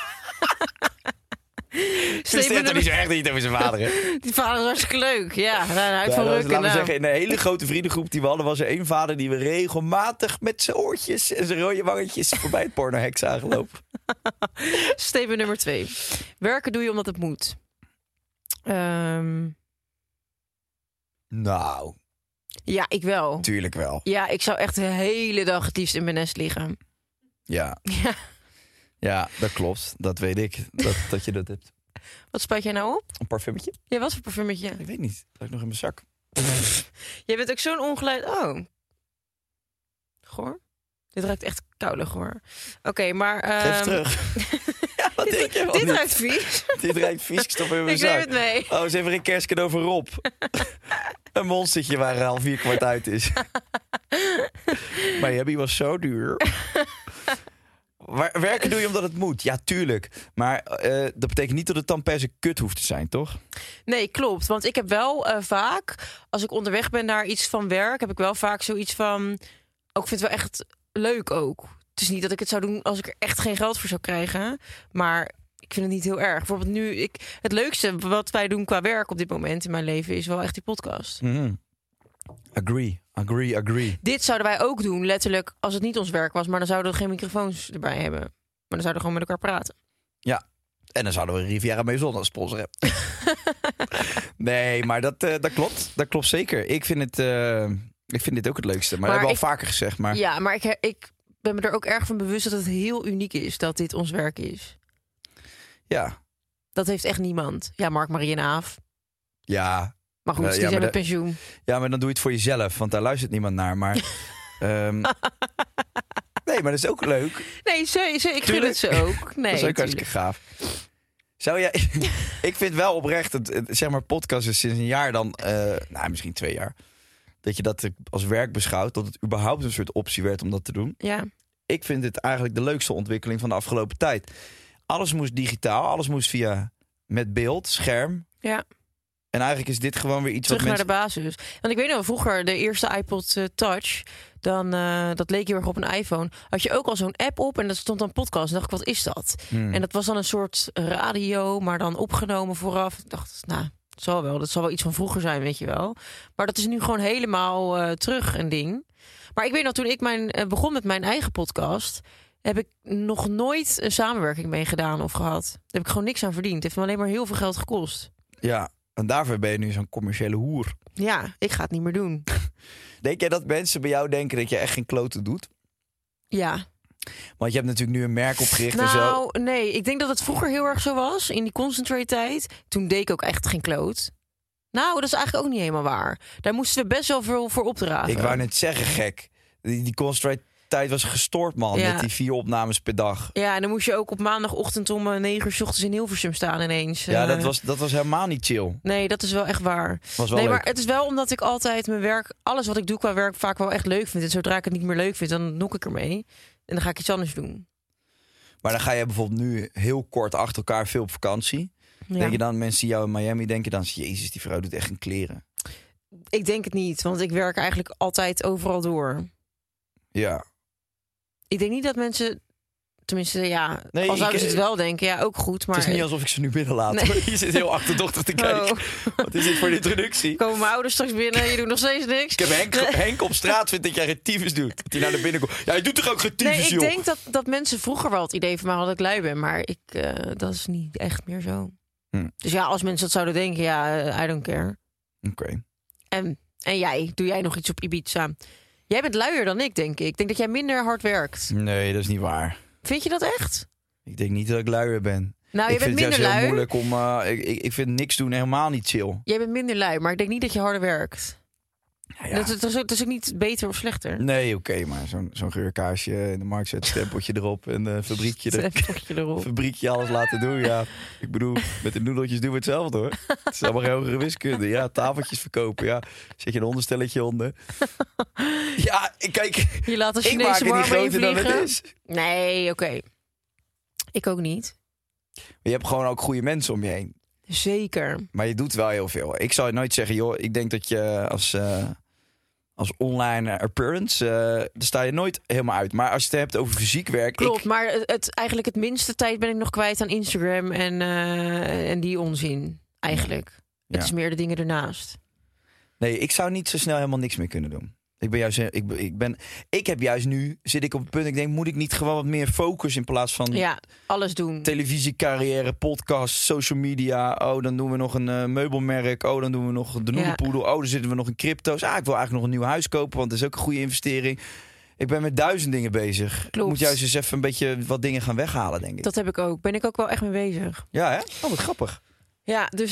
Steven er niet zo erg niet over zijn vader, hè?
Die vader is hartstikke leuk, ja. Uit van rukken.
Laten we zeggen, in een hele grote vriendengroep die we hadden, was er 1 vader die we regelmatig met zijn oortjes en zijn rode wangetjes voorbij het pornohek zagen lopen.
Steven nummer 2. Werken doe je omdat het moet.
Nou.
Ja, ik wel.
Tuurlijk wel.
Ja, ik zou echt de hele dag het liefst in mijn nest liggen.
Ja. Ja, dat klopt. Dat weet ik. Dat je dat hebt.
Wat spuit jij nou op?
Een parfummetje?
Ja, wat voor parfummetje?
Ik weet niet. Dat heb ik nog in mijn zak.
Jij bent ook zo'n ongeleid... Oh. Goor? Dit ruikt echt koulig, hoor. Oké, maar...
Geef terug. Ja, wat denk je?
Dit ruikt vies.
Dit ruikt vies. Ik stop in mijn
ik
zak.
neem het mee.
Oh, eens even een kerstcadeau voor Rob. Een monstertje waar al 4/4 uit is. Maar Jebby was zo duur. Werken doe je omdat het moet. Ja, tuurlijk. Maar dat betekent niet dat het dan per se kut hoeft te zijn, toch?
Nee, klopt. Want ik heb wel vaak, als ik onderweg ben naar iets van werk, heb ik wel vaak zoiets van... ik vind het wel echt leuk ook. Het is niet dat ik het zou doen als ik er echt geen geld voor zou krijgen. Maar ik vind het niet heel erg. Bijvoorbeeld nu, het leukste wat wij doen qua werk op dit moment in mijn leven is wel echt die podcast.
Mm-hmm. Agree.
Dit zouden wij ook doen, letterlijk, als het niet ons werk was. Maar dan zouden we geen microfoons erbij hebben. Maar dan zouden we gewoon met elkaar praten.
Ja, en dan zouden we Riviera Maison als sponsor hebben. Nee, maar dat klopt. Dat klopt zeker. Ik vind dit ook het leukste. Maar dat hebben we al vaker gezegd. Maar...
Ja, maar ik ben me er ook erg van bewust dat het heel uniek is dat dit ons werk is.
Ja.
Dat heeft echt niemand. Ja, Mark, Marie en Aaf.
Ja.
Maar goed, die zijn met pensioen.
Ja, maar dan doe je het voor jezelf, want daar luistert niemand naar. Maar nee, maar dat is ook leuk.
Nee, ik vind het zo ook. Nee,
dat is ook hartstikke gaaf. Zou jij... Ik vind wel oprecht, zeg maar, podcast is sinds een jaar dan... misschien 2 jaar. Dat je dat als werk beschouwt. Dat het überhaupt een soort optie werd om dat te doen.
Ja.
Ik vind dit eigenlijk de leukste ontwikkeling van de afgelopen tijd. Alles moest digitaal, alles moest met beeld, scherm.
Ja.
En eigenlijk is dit gewoon weer iets
Terug
wat
naar de
mensen...
basis. Want ik weet nog, vroeger de eerste iPod Touch, dan dat leek heel erg op een iPhone. Had je ook al zo'n app op en dat stond dan podcast. En dacht ik, wat is dat? En dat was dan een soort radio, maar dan opgenomen vooraf. Ik dacht, nou, het zal wel. Dat zal wel iets van vroeger zijn, weet je wel. Maar dat is nu gewoon helemaal terug een ding. Maar ik weet nog, toen ik begon met mijn eigen podcast, heb ik nog nooit een samenwerking mee gedaan of gehad. Daar heb ik gewoon niks aan verdiend. Het heeft me alleen maar heel veel geld gekost.
Ja, en daarvoor ben je nu zo'n commerciële hoer.
Ja, ik ga het niet meer doen.
Denk jij dat mensen bij jou denken dat je echt geen kloten doet?
Ja.
Want je hebt natuurlijk nu een merk opgericht en zo.
Nou, nee. Ik denk dat het vroeger heel erg zo was. In die concentrate-tijd. Toen deed ik ook echt geen kloot. Nou, dat is eigenlijk ook niet helemaal waar. Daar moesten we best wel veel voor opdragen.
Ik wou net zeggen, gek. Die concentrate-tijd was gestoord, man.
Ja.
Met die 4 opnames per dag.
Ja, en dan moest je ook op maandagochtend om 9 uur 's ochtends in Hilversum staan ineens.
Ja, dat was helemaal niet chill.
Nee, dat is wel echt waar.
Was wel
nee,
leuk.
maar het is wel omdat ik altijd mijn werk, alles wat ik doe qua werk, vaak wel echt leuk vind. En zodra ik het niet meer leuk vind, dan nok ik ermee. En dan ga ik iets anders doen.
Maar dan ga je bijvoorbeeld nu heel kort achter elkaar veel op vakantie.
Ja.
Denk je dan, mensen die jou in Miami denken dan... Jezus, die vrouw doet echt een kleren.
Ik denk het niet, want ik werk eigenlijk altijd overal door.
Ja.
Ik denk niet dat mensen, tenminste ja,
Nee,
al zouden ze het wel denken, ja, ook goed. Maar
Het is niet alsof ik ze nu binnenlaat.
Nee.
Hoor. Je zit heel achterdochtig te kijken.
Oh.
Wat is dit voor een introductie?
Komen mijn ouders straks binnen, je doet nog steeds niks.
Ik heb Henk op straat vindt dat jij geen tyfus doet. Dat hij naar binnen komt. Ja, je doet toch ook geen tyfus,
Nee, ik
joh?
denk dat mensen vroeger wel het idee van mij hadden dat ik lui ben, maar dat is niet echt meer zo. Dus ja, als mensen dat zouden denken, ja, I don't care.
Oké.
En jij, doe jij nog iets op Ibiza? Jij bent luier dan ik, denk ik. Ik denk dat jij minder hard werkt.
Nee, dat is niet waar.
Vind je dat echt?
Ik denk niet dat ik luier ben.
Nou, je
Ik
bent
vind het
minder
juist heel
lui.
moeilijk om... Ik vind niks doen helemaal niet chill.
Jij bent minder lui, maar ik denk niet dat je harder werkt.
Ja.
Dat is ook niet beter of slechter.
Nee, oké, maar zo'n geurkaarsje in de markt zetten, stempeltje erop en een
Stempeltje erop.
fabriekje alles laten doen. Ja, ik bedoel, met de noedeltjes doen we hetzelfde hoor. Het is allemaal hogere wiskunde. Ja, tafeltjes verkopen. Ja, zet je een onderstelletje onder. Ja, kijk,
Je laat een
ik maak
Chinese
het niet
marmer
groter dan het
invliegen.
is.
Nee, oké. Ik ook niet.
Maar je hebt gewoon ook goede mensen om je heen.
Zeker.
Maar je doet wel heel veel. Ik zou nooit zeggen, joh, ik denk dat je als online appearance, daar sta je nooit helemaal uit. Maar als je het hebt over fysiek werk...
Klopt, maar eigenlijk het minste tijd ben ik nog kwijt aan Instagram en die onzin. Eigenlijk.
Ja.
Het is meer de dingen ernaast.
Nee, ik zou niet zo snel helemaal niks meer kunnen doen. Ik ben juist, ik heb juist nu, zit ik op het punt, ik denk, moet ik niet gewoon wat meer focus in plaats van
Ja, alles doen.
televisiecarrière, podcast, social media. Oh, dan doen we nog een meubelmerk. Oh, dan doen we nog de noedelpoedel. Oh, dan zitten we nog in crypto's. Ik wil eigenlijk nog een nieuw huis kopen, want dat is ook een goede investering. Ik ben met 1000 dingen bezig.
Klopt.
Ik moet juist eens even een beetje wat dingen gaan weghalen, denk ik.
Dat heb ik ook. Ben ik ook wel echt mee bezig.
Ja, hè? Oh, wat grappig.
Ja, dus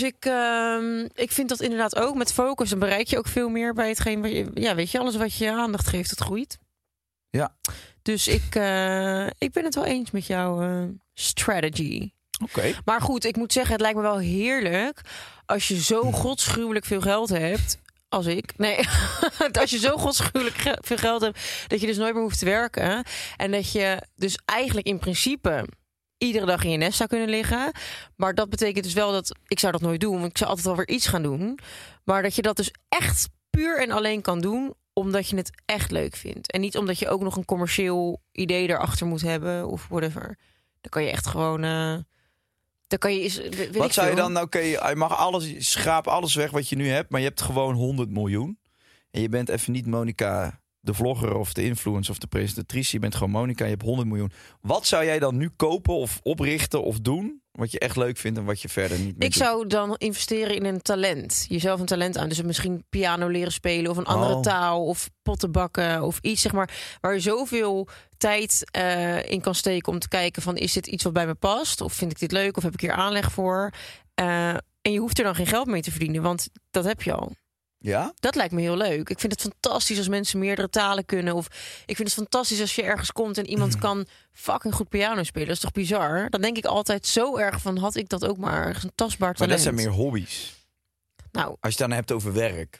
ik vind dat inderdaad ook. Met focus, dan bereik je ook veel meer bij hetgeen wat je... Ja, weet je, alles wat je aandacht geeft, dat groeit.
Ja.
Dus ik ben het wel eens met jouw strategy.
Oké.
Maar goed, ik moet zeggen, het lijkt me wel heerlijk als je zo godschuwelijk veel geld hebt als ik. Nee, als je zo godschuwelijk veel geld hebt dat je dus nooit meer hoeft te werken. En dat je dus eigenlijk in principe iedere dag in je nest zou kunnen liggen. Maar dat betekent dus wel dat ik zou dat nooit doen, want ik zou altijd wel weer iets gaan doen. Maar dat je dat dus echt puur en alleen kan doen omdat je het echt leuk vindt. En niet omdat je ook nog een commercieel idee erachter moet hebben of whatever. Dan kan je echt gewoon... dan kan je
Wat zou je dan... Oké, je mag alles, schraap alles weg wat je nu hebt, maar je hebt gewoon 100 miljoen. En je bent even niet Monica de vlogger of de influencer of de presentatrice. Je bent gewoon Monica, je hebt 100 miljoen. Wat zou jij dan nu kopen of oprichten of doen wat je echt leuk vindt en wat je verder niet meer
Ik
doet?
zou dan investeren in een talent. Jezelf een talent aan. Dus misschien piano leren spelen of een andere taal of potten bakken of iets, zeg maar, waar je zoveel tijd in kan steken om te kijken van, is dit iets wat bij me past? Of vind ik dit leuk? Of heb ik hier aanleg voor? En je hoeft er dan geen geld mee te verdienen, want dat heb je al.
Ja?
Dat lijkt me heel leuk. Ik vind het fantastisch als mensen meerdere talen kunnen. Of ik vind het fantastisch als je ergens komt en iemand kan fucking goed piano spelen. Dat is toch bizar? Dan denk ik altijd zo erg van, had ik dat ook maar ergens een tastbaar
Maar
talent.
dat zijn meer hobby's.
Nou,
Als je het dan hebt over werk.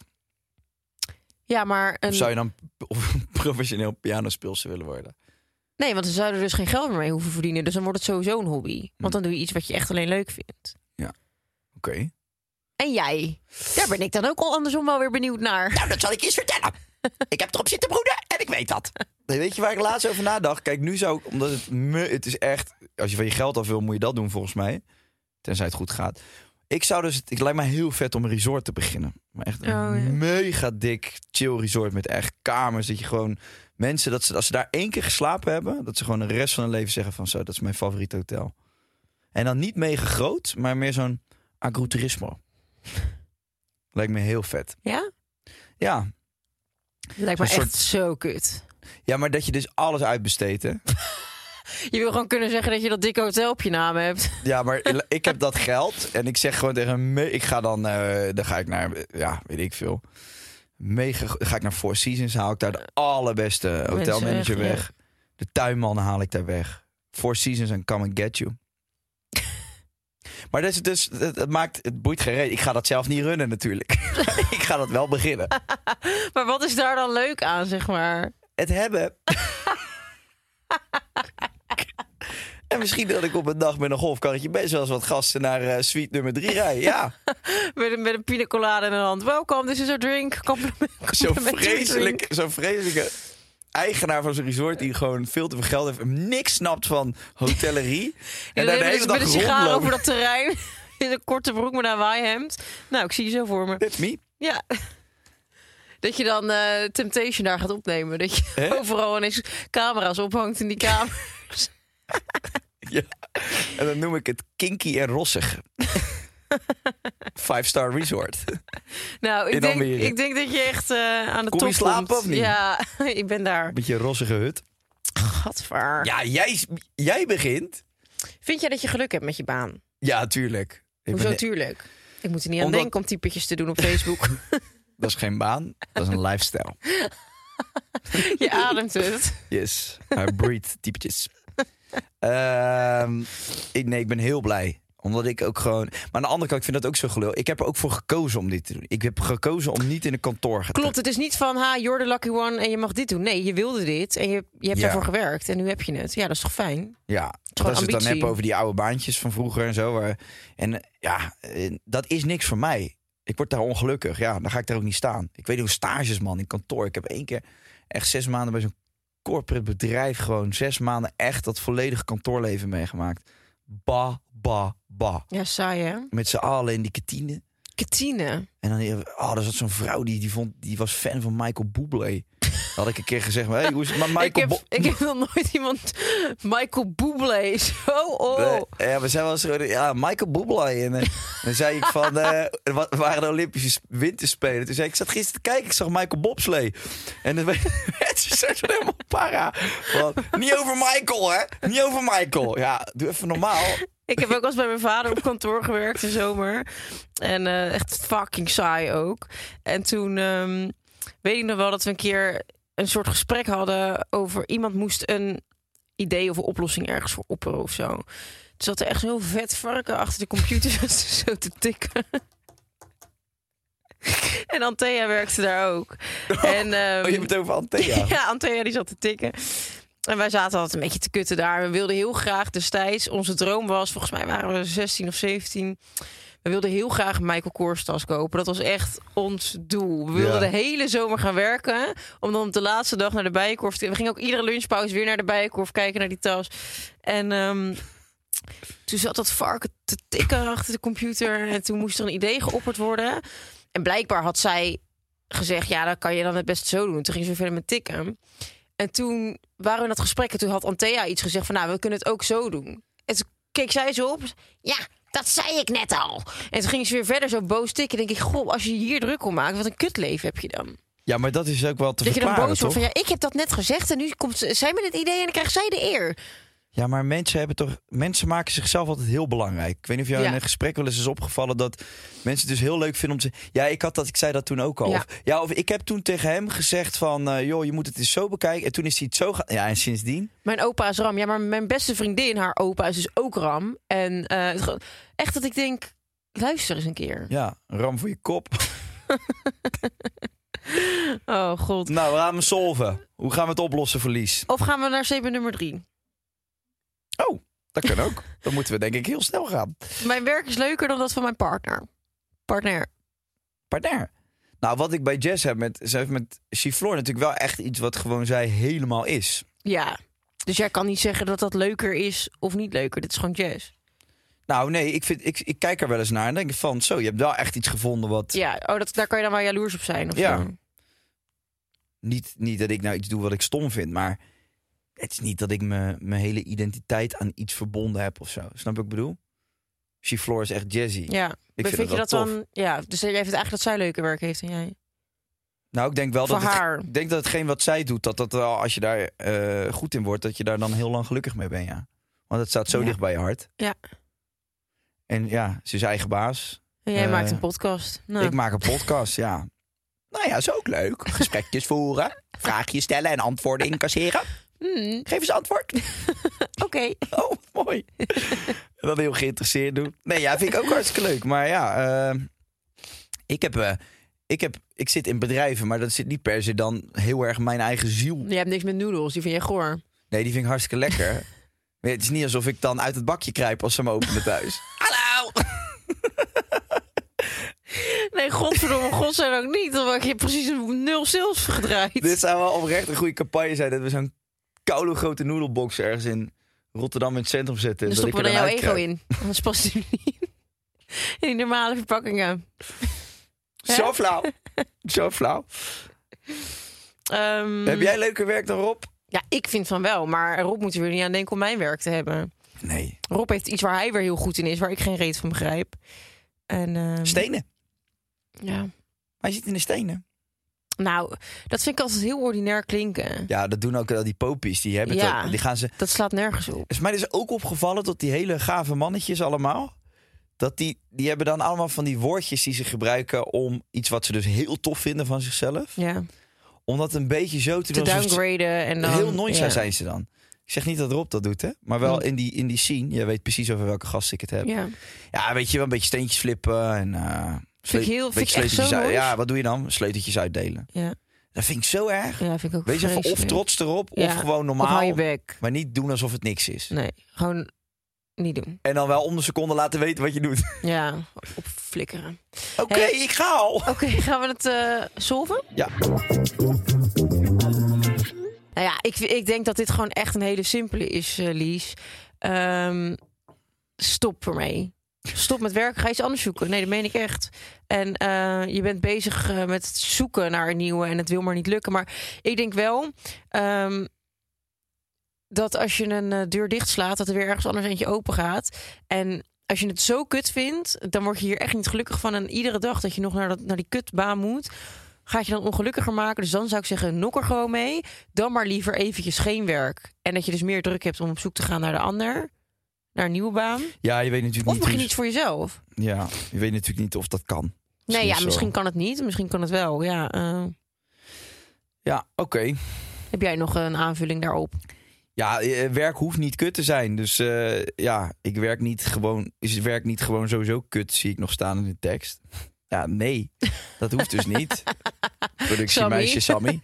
ja, maar
Of zou je dan professioneel pianospeelster willen worden?
nee, want dan zou er dus geen geld meer mee hoeven verdienen. Dus dan wordt het sowieso een hobby. Want dan doe je iets wat je echt alleen leuk vindt.
Oké.
En jij? Daar ben ik dan ook al andersom wel weer benieuwd naar.
Nou, dat zal ik je eens vertellen. Ik heb erop zitten broeden en ik weet dat. Nee, weet je waar ik laatst over nadacht? Kijk, nu zou ik, omdat het is echt... Als je van je geld af wil, moet je dat doen volgens mij. Tenzij het goed gaat. Ik zou dus... Het lijkt mij heel vet om een resort te beginnen. Maar echt een mega dik chill resort met echt kamers. Dat je gewoon... Mensen, als ze daar 1 keer geslapen hebben... dat ze gewoon de rest van hun leven zeggen van... zo, dat is mijn favoriete hotel. En dan niet mega groot, maar meer zo'n agriturismo. Lijkt me heel vet.
Ja?
Ja.
Lijkt me echt zo kut.
Ja, maar dat je dus alles uitbesteedt, hè?
Je wil gewoon kunnen zeggen dat je dat dikke hotel op je naam hebt.
Ja, maar ik heb dat geld. En ik zeg gewoon tegen me... Ik ga dan ga ik naar... Ja, weet ik veel. Ga ik naar Four Seasons. Haal ik daar de allerbeste hotelmanager weg. Ja. De tuinman haal ik daar weg. Four Seasons en Come and Get You. Maar dat is dus, het boeit geen reden. Ik ga dat zelf niet runnen natuurlijk. Ik ga dat wel beginnen.
Maar wat is daar dan leuk aan, zeg maar?
Het hebben. En misschien dat ik op een dag met een golfkarretje best wel eens wat gasten naar suite nummer 3 rijden. Ja.
met een pina colada in de hand. Welkom, this is our drink.
Zo'n vreselijke eigenaar van zo'n resort die gewoon veel te veel geld heeft en niks snapt van hotellerie. En daar de hele dag
met een sigaar over dat terrein. In een korte broek met een hawaaihemd. Nou, ik zie je zo voor me.
That's me.
Ja. Dat je dan Temptation daar gaat opnemen. Dat je overal ineens camera's ophangt in die kamers.
Ja. En dan noem ik het kinky en rossig. 5-star resort.
Nou, ik denk dat je echt aan de top komt.
Kom je slapen of niet?
Ja, ik ben daar.
Beetje een rossige hut.
Gadver.
Ja, jij begint.
Vind jij dat je geluk hebt met je baan?
Ja, tuurlijk.
Hoezo tuurlijk? Ik moet er niet aan denken om typetjes te doen op Facebook.
Dat is geen baan, dat is een lifestyle.
Je ademt het.
Yes, I breathe typetjes. Ik ben heel blij. Omdat ik ook gewoon... Maar aan de andere kant, ik vind dat ook zo gelul. Ik heb er ook voor gekozen om dit te doen. Ik heb gekozen om niet in een kantoor te gaan.
Klopt, het is niet van, you're the lucky one en je mag dit doen. Nee, je wilde dit en je hebt daarvoor gewerkt en nu heb je het. Ja, dat is toch fijn?
Ja, als je het dan hebt over die oude baantjes van vroeger en zo. Dat is niks voor mij. Ik word daar ongelukkig. Ja, dan ga ik daar ook niet staan. Ik weet hoe stages, man, in kantoor. Ik heb 1 keer echt 6 maanden bij zo'n corporate bedrijf gewoon 6 maanden echt dat volledige kantoorleven meegemaakt. Bah.
Ja, saai hè?
Met z'n allen in die kantine.
Kantine?
En dan, er zat zo'n vrouw die was fan van Michael Bublé. Had ik een keer gezegd, hey, hoe is het? Maar
ik heb nog nooit iemand Michael Bublé
Ja, we zijn wel eens Michael Bublé. En dan zei ik van, wat waren de Olympische winterspelen? Toen zei ik zat gisteren te kijken, ik zag Michael Bobslee. En dan werd ze zo helemaal para. Van, niet over Michael, hè? Niet over Michael. Ja, doe even normaal.
Ik heb ook als bij mijn vader op kantoor gewerkt in zomer. En echt fucking saai ook. En toen weet ik nog wel dat we een keer een soort gesprek hadden over... iemand moest een idee of een oplossing ergens voor opperen of zo. Toen zat er echt zo'n vet varken achter de computer zo te tikken. En Antea werkte daar ook. En,
je hebt het over Antea?
Ja, Antea die zat te tikken. En wij zaten altijd een beetje te kutten daar. We wilden heel graag destijds... Onze droom was, volgens mij waren we 16 of 17... We wilden heel graag een Michael Kors tas kopen. Dat was echt ons doel. We wilden de hele zomer gaan werken. Om dan op de laatste dag naar de Bijenkorf te... We gingen ook iedere lunchpauze weer naar de Bijenkorf kijken naar die tas. En toen zat dat varken te tikken achter de computer. En toen moest er een idee geopperd worden. En blijkbaar had zij gezegd... Ja, dat kan je dan het best zo doen. Toen ging ze weer verder met tikken. En toen waren we in dat gesprek. En toen had Antea iets gezegd van... Nou, we kunnen het ook zo doen. En toen keek zij zo op. Ja, dat zei ik net al. En toen ging ze weer verder zo boos tikken. Denk ik, goh, als je hier druk om maakt, wat een kutleven heb je dan.
Ja, maar dat is ook wel te
dat
verklaren,
je dan boos
toch?
wordt van, ik heb dat net gezegd en nu komt zij met het idee en dan krijgt zij de eer.
Ja, maar mensen maken zichzelf altijd heel belangrijk. Ik weet niet of jou in een gesprek wel eens is opgevallen dat mensen het dus heel leuk vinden om te... Ja, ik zei dat toen ook al. Of ik heb toen tegen hem gezegd van, joh, je moet het eens zo bekijken. En toen is hij het zo gaan... Ja, en sindsdien...
Mijn opa is Ram. Ja, maar mijn beste vriendin, haar opa is dus ook Ram. En echt dat ik denk, luister eens een keer.
Ja, Ram voor je kop.
Oh, god.
Nou, we gaan hem solven. Hoe gaan we het oplossen, verlies?
Of gaan we naar CB nummer 3?
Oh, dat kan ook. Dan moeten we denk ik heel snel gaan.
Mijn werk is leuker dan dat van mijn partner. Partner.
Nou, wat ik bij Jess heb ze heeft met Chiflor natuurlijk wel echt iets wat gewoon zij helemaal is.
Ja. Dus jij kan niet zeggen dat dat leuker is of niet leuker. Dit is gewoon jazz.
Nou, nee, ik kijk er wel eens naar en denk van, zo, je hebt wel echt iets gevonden wat...
Ja, daar kan je dan wel jaloers op zijn. Of
Ja.
zo.
Niet dat ik nou iets doe wat ik stom vind, maar het is niet dat ik mijn hele identiteit aan iets verbonden heb of zo. Snap je wat ik bedoel? Chiflor is echt jazzy.
Ja.
Ik
vind je dat
tof.
dan? Ja, dus jij vindt eigenlijk dat zij leuker werk heeft dan jij?
Nou, ik denk wel
Voor haar.
Ik denk dat hetgeen wat zij doet, dat wel, als je daar goed in wordt, dat je daar dan heel lang gelukkig mee bent, ja. Want het staat zo dicht bij je hart.
Ja.
En ja, ze is eigen baas.
En jij maakt een podcast. Nou.
Ik maak een podcast, ja. Nou ja, is ook leuk. Gesprekjes voeren, vraagjes stellen en antwoorden incasseren. Geef eens antwoord.
Oké.
Oh, mooi. En dan heel geïnteresseerd doen. Nee, ja, vind ik ook hartstikke leuk. Maar ja, ik zit in bedrijven, maar dat zit niet per se dan heel erg mijn eigen ziel.
Je hebt niks met noedels, die vind je goor.
Nee, die vind ik hartstikke lekker. Maar het is niet alsof ik dan uit het bakje kruip als ze me openen thuis. Hallo!
Nee, godverdomme, godzijdank ook niet. Dan maak je precies een 0 sales gedraaid.
Dit zou wel oprecht een goede campagne zijn. Dat we zo'n koude grote noedelbox ergens in Rotterdam in het centrum zetten.
Dan stoppen we dan jouw ego in. Anders past het niet in die normale verpakkingen.
Zo flauw. Zo flauw. Heb jij leuker werk dan Rob?
Ja, ik vind van wel. Maar Rob moet er weer niet aan denken om mijn werk te hebben.
Nee.
Rob heeft iets waar hij weer heel goed in is. Waar ik geen reet van begrijp. En,
stenen.
Ja.
Hij zit in de stenen.
Nou, dat vind ik altijd heel ordinair klinken.
Ja, dat doen ook al die popies. Die hebben
Ja,
het, die gaan ze...
dat slaat nergens op.
Is mij dus ook opgevallen dat die hele gave mannetjes allemaal... dat die hebben dan allemaal van die woordjes die ze gebruiken... om iets wat ze dus heel tof vinden van zichzelf.
Ja.
Om dat een beetje zo te doen.
Downgraden en dan...
Heel nonchalant zijn ze dan. Ik zeg niet dat Rob dat doet, hè? Maar wel in die scene. Je weet precies over welke gast ik het heb. Ja, weet je wel, een beetje steentjes flippen en...
vind ik echt zo mooi.
Ja, wat doe je dan? Sleuteltjes uitdelen.
Ja.
Dat vind ik zo erg.
Ja, vind ik ook
Wees even
vreselijk.
of trots erop,
Ja.
of gewoon normaal.
Of hou je bek.
Maar niet doen alsof het niks is.
Nee, gewoon niet doen.
En dan wel om de seconde laten weten wat je doet.
Ja, opflikkeren.
Oké, ik ga al.
Oké, gaan we het solven?
Ja.
Nou ja, ik denk dat dit gewoon echt een hele simpele is, Lies. Stop ermee. Stop met werken, ga iets anders zoeken. Nee, dat meen ik echt. En je bent bezig met het zoeken naar een nieuwe en het wil maar niet lukken. Maar ik denk wel dat als je een deur dichtslaat, dat er weer ergens anders eentje open gaat. En als je het zo kut vindt, dan word je hier echt niet gelukkig van. En iedere dag dat je nog naar die kutbaan moet, gaat je dan ongelukkiger maken. Dus dan zou ik zeggen, nok er gewoon mee. Dan maar liever eventjes geen werk. En dat je dus meer druk hebt om op zoek te gaan naar de ander. Naar een nieuwe baan.
Ja, je weet natuurlijk
Of
niet...
begin iets voor jezelf.
Ja, je weet natuurlijk niet of dat kan.
Misschien kan het niet. Misschien kan het wel. Ja,
ja, oké.
Heb jij nog een aanvulling daarop?
Ja, werk hoeft niet kut te zijn. Dus ja, is werk niet gewoon sowieso kut, zie ik nog staan in de tekst. Ja, nee, dat hoeft dus niet. Productiemeisje Sammy.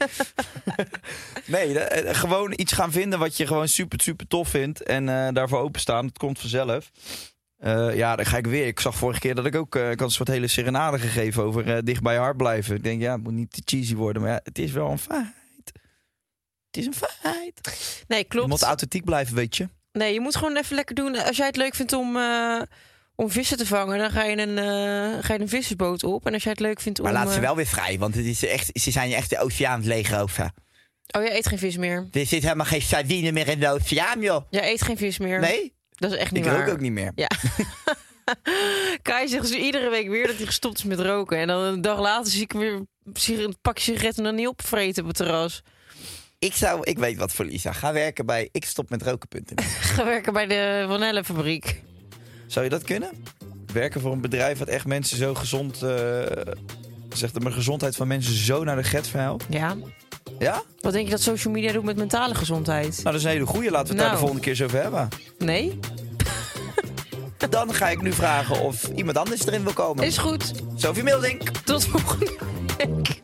Nee, gewoon iets gaan vinden wat je gewoon super, super tof vindt. En daarvoor openstaan. Het komt vanzelf. Ja, dan ga ik weer. Ik zag vorige keer dat ik ook... ik had een soort hele serenade gegeven over dicht bij je hart blijven. Ik denk, ja, het moet niet te cheesy worden. Maar ja, het is wel een feit. Het is een feit.
Nee, klopt.
Je moet authentiek blijven, weet je.
Nee, je moet gewoon even lekker doen. Als jij het leuk vindt om vissen te vangen, dan ga je een vissersboot op. En als jij het leuk vindt om...
Maar laat ze wel weer vrij, want het is echt, ze zijn je echt de oceaan leegroven.
Oh, jij eet geen vis meer?
Er zit helemaal geen sardine meer in de oceaan, joh.
Jij eet geen vis meer?
Nee?
Dat is echt niet
waar. Ik
waar.
rook ook niet meer.
Ja. Kai zegt dus iedere week weer dat hij gestopt is met roken. En dan een dag later zie ik hem weer een pakje sigaretten dan niet opvreten op het terras.
Ik weet wat voor Lisa. Ga werken bij ikstopmetroken.nl.
Ga werken bij de vanillefabriek.
Zou je dat kunnen? Werken voor een bedrijf wat echt mensen zo gezond... zegt de gezondheid van mensen zo naar de get verhelpt?
Ja.
Ja?
Wat denk je dat social media doet met mentale gezondheid?
Nou, dat is een hele goeie. Laten we het daar de volgende keer zo over hebben.
Nee?
Dan ga ik nu vragen of iemand anders erin wil komen.
Is goed.
Sophie Mildink.
Tot volgende week.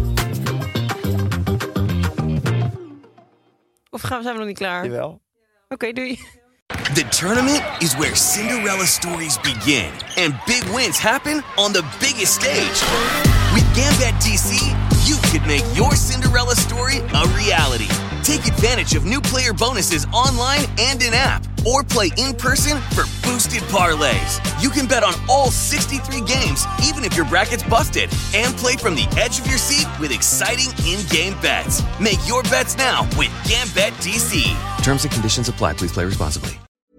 Of zijn we nog niet klaar?
Jawel.
Oké, doei.
The tournament is where Cinderella stories begin and big wins happen on the biggest stage. With Gambit DC, you could make your Cinderella story a reality. Take advantage of new player bonuses online and in-app, or play in person for boosted parlays. You can bet on all 63 games, even if your bracket's busted, and play from the edge of your seat with exciting in-game bets. Make your bets now with Gambit DC.
Terms and conditions apply. Please play responsibly.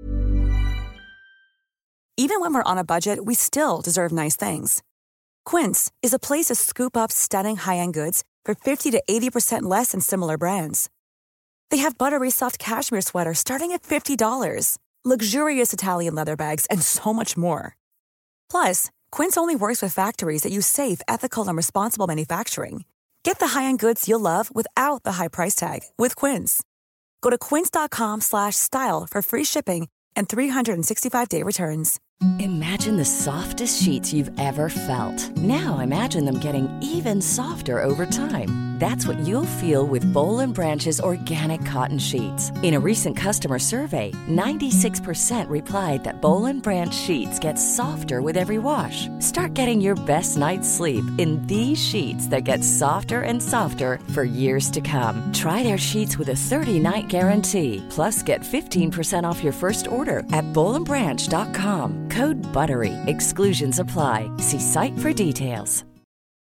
Even when we're on a budget, we still deserve nice things. Quince is a place to scoop up stunning high-end goods for 50 to 80% less than similar brands. They have buttery soft cashmere sweaters starting at $50, luxurious Italian leather bags, and so much more. Plus, Quince only works with factories that use safe, ethical, and responsible manufacturing. Get the high-end goods you'll love without the high price tag with Quince. Go to quince.com/style for free shipping and 365-day returns.
Imagine the softest sheets you've ever felt. Now imagine them getting even softer over time. That's what you'll feel with Boll & Branch's organic cotton sheets. In a recent customer survey, 96% replied that Boll & Branch sheets get softer with every wash. Start getting your best night's sleep in these sheets that get softer and softer for years to come. Try their sheets with a 30-night guarantee. Plus, get 15% off your first order at bollandbranch.com. Code BUTTERY. Exclusions apply. See site for details.